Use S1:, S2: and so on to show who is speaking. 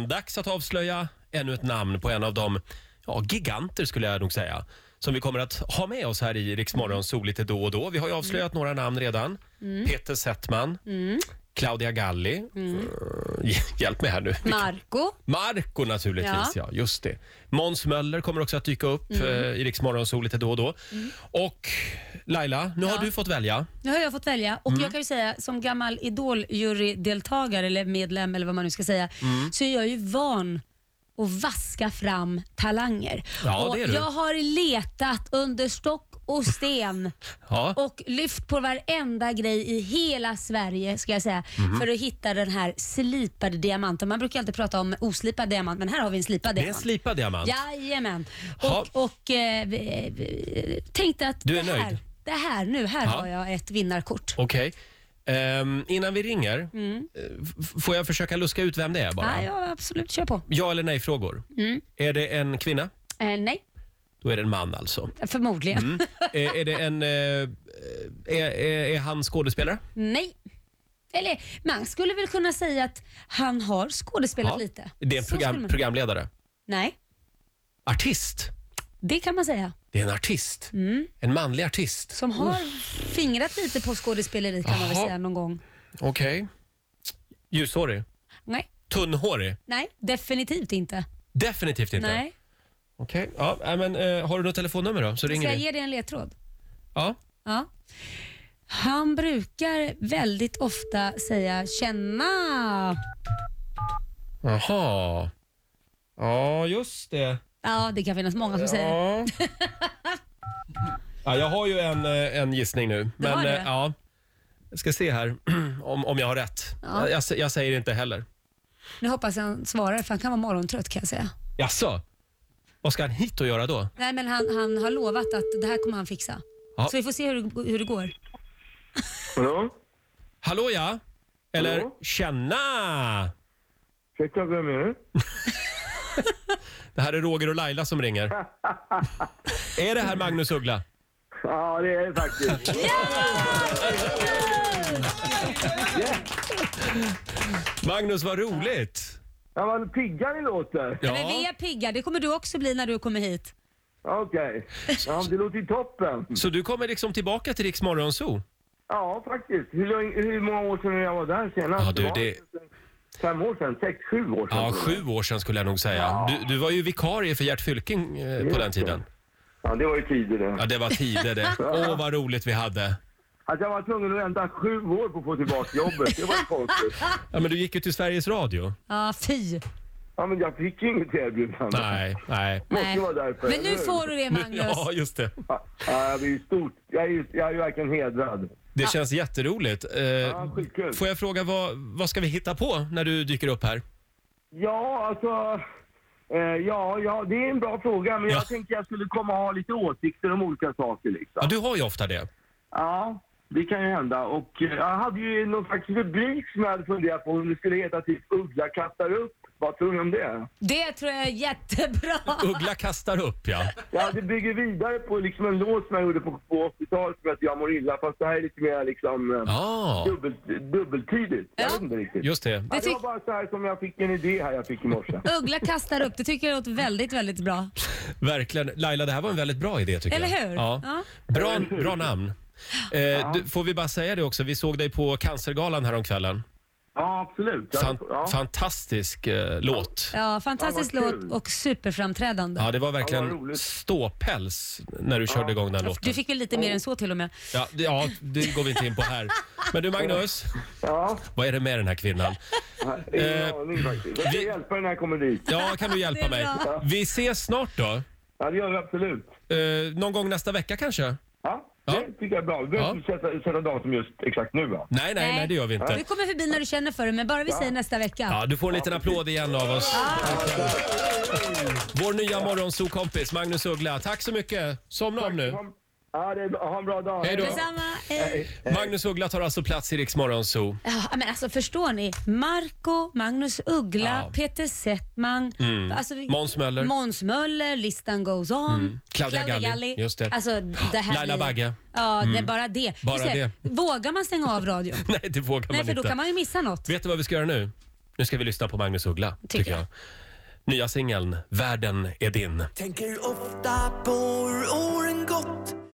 S1: dags att avslöja ännu ett namn på en av de giganter skulle jag nog säga. Som vi kommer att ha med oss här i Rix Morgon Zoo lite då och då. Vi har ju avslöjat några namn redan. Peter Settman. Claudia Galli. Hjälp mig här nu. Marco naturligtvis, ja just det. Måns Möller kommer också att dyka upp i Rix Morgon Zoo lite då och då. Och Laila, nu har du fått välja.
S2: Nu har jag fått välja och jag kan ju säga som gammal Idol-jurydeltagare eller medlem eller vad man nu ska säga så är jag ju van och vaska fram talanger.
S1: Ja,
S2: och
S1: det är du.
S2: jag har letat under stock och sten och lyft på varenda grej i hela Sverige ska jag säga för att hitta den här slipade diamanten. Man brukar alltid prata om oslipad diamant, men här har vi en slipad diamant.
S1: Det är en slipad diamant?
S2: Jajamän. Och tänkte att
S1: du är nöjd?
S2: Här har jag ett vinnarkort.
S1: Okej. Innan vi ringer, får jag försöka luska ut vem det är bara?
S2: Ja, absolut. Kör på.
S1: Ja eller nej-frågor. Är det en kvinna?
S2: Nej.
S1: Då är det en man alltså.
S2: Förmodligen.
S1: Är det en... är han skådespelare?
S2: Nej. Eller man skulle väl kunna säga att han har skådespelat lite.
S1: Det är en programledare?
S2: Nej.
S1: Artist?
S2: Det kan man säga.
S1: Det är en artist. En manlig artist.
S2: Som har fingrat lite på skådespeleri kan man väl säga någon gång.
S1: Okej. Ljushårig?
S2: Nej.
S1: Tunnhårig?
S2: Nej, definitivt inte.
S1: Definitivt inte?
S2: Nej.
S1: Okej. Ja, men har du något telefonnummer då? Så ringer vi.
S2: Ska jag ge dig en ledtråd?
S1: Ja.
S2: Han brukar väldigt ofta säga känna.
S1: Jaha. Ja, just det.
S2: Ja, det kan finnas många som säger.
S1: Ja, jag har ju en gissning nu. Men
S2: det?
S1: jag ska se här om jag har rätt.
S2: Ja.
S1: Jag säger inte heller.
S2: Nu hoppas jag han svarar för han kan vara morgontrött kan jag säga.
S1: Jaså? Vad ska han hit och göra då?
S2: Nej, men han har lovat att det här kommer han fixa. Så vi får se hur det går.
S3: Hallå?
S1: Hallå ja? Eller
S3: Hallå?
S1: Tjena!
S3: Ursäkta, vem är det?
S1: Det här är Roger och Laila som ringer. Är det här Magnus Uggla?
S3: Ja, det är det faktiskt.
S1: Magnus, vad roligt.
S3: Ja, vad pigga ni låter.
S1: Ja.
S2: Men vi är pigga, det kommer du också bli när du kommer hit.
S3: Okej. Ja, det låter ju toppen.
S1: Så du kommer liksom tillbaka till Rix Morgon Zoo?
S3: Ja, faktiskt. Hur många år sedan jag var där senast?
S1: Ja, du,
S3: 5 år sedan, 6-7 år sedan.
S1: Ja, 7 år sedan skulle jag nog säga. Ja. Du var ju vikarie för Gert Fylking på den tiden.
S3: Ja, det var ju tider det.
S1: Ja, det var tider det. Åh, vad roligt vi hade.
S3: Att jag var tvungen att vänta 7 år på att få tillbaka jobbet, det var ju konstigt.
S1: Ja, men du gick ju till Sveriges Radio.
S2: Ja, fy.
S3: Ja, men jag fick ju inget erbjudande.
S1: Nej.
S3: Måste vara därför.
S2: Men nu får du det, Magnus.
S1: Ja, just det.
S3: Ja, det är ju stort. Jag är ju verkligen hedrad.
S1: Det känns jätteroligt.
S3: Ja, skitkul.
S1: Får jag fråga, vad ska vi hitta på när du dyker upp här?
S3: Ja, alltså... Ja, det är en bra fråga, men jag tänkte jag skulle komma och ha lite åsikter om olika saker liksom.
S1: Ja, du har ju ofta det.
S3: Ja, det kan ju hända. Och jag hade ju någon slags rubrik som jag hade funderat på om det skulle heta typ Uggla kastar upp. Vad tror ni om det?
S2: Det tror jag är jättebra.
S1: Uggla kastar upp, ja.
S3: Ja, det bygger vidare på liksom en låt som jag gjorde på 80-talet som heter Jag mår illa, fast det här är lite mer liksom dubbeltydigt. Jag vet inte riktigt.
S1: Just det.
S3: Det var bara så här som jag fick en idé här jag fick i morse.
S2: Uggla kastar upp, det tycker jag låter väldigt, väldigt bra.
S1: Verkligen. Laila, det här var en väldigt bra idé tycker jag.
S2: Eller hur?
S1: Ja. Bra namn. Får vi bara säga det också, vi såg dig på Cancergalan häromkvällen.
S3: Ja, absolut.
S1: Fantastisk låt.
S2: Ja, fantastisk låt och superframträdande.
S1: Ja, det var verkligen ståpäls när du körde igång den låten.
S2: Du fick väl lite mer än så till och med.
S1: Ja, det går vi inte in på här. Men du Magnus, vad är det med den här kvinnan?
S3: Ingen aning faktiskt. Jag ska hjälpa den här kommer dit.
S1: Ja, kan du hjälpa mig? Vi ses snart då.
S3: Ja, det gör vi absolut.
S1: Någon gång nästa vecka kanske?
S3: Ja, det tycker jag är bra. Vi behöver inte sätta datum just exakt nu va?
S1: Nej, det gör vi inte.
S2: Vi kommer förbi när du känner för det, men bara vi säger nästa vecka.
S1: Ja, du får en liten applåd igen av oss. Vår nya morgonsokompis Magnus Uggla. Tack så mycket. Somna om nu.
S3: Ja, ha en bra dag.
S1: Hej då.
S2: Detsamma.
S1: Magnus Uggla tar alltså plats i Rix Morgonzoo.
S2: Ja, men alltså förstår ni? Marco, Magnus Uggla, Peter Settman, alltså, Måns Möller, listan goes on.
S1: Claudia Galli, just det.
S2: Alltså, det här
S1: Laila Bagge.
S2: Ja, det är bara det.
S1: Bara det.
S2: Vågar man stänga av radion?
S1: Nej, det vågar man inte.
S2: Nej, för då kan man ju missa något.
S1: Vet du vad vi ska göra nu? Nu ska vi lyssna på Magnus Uggla, tycker jag. Nya singeln, Världen är din.
S4: Tänker ofta på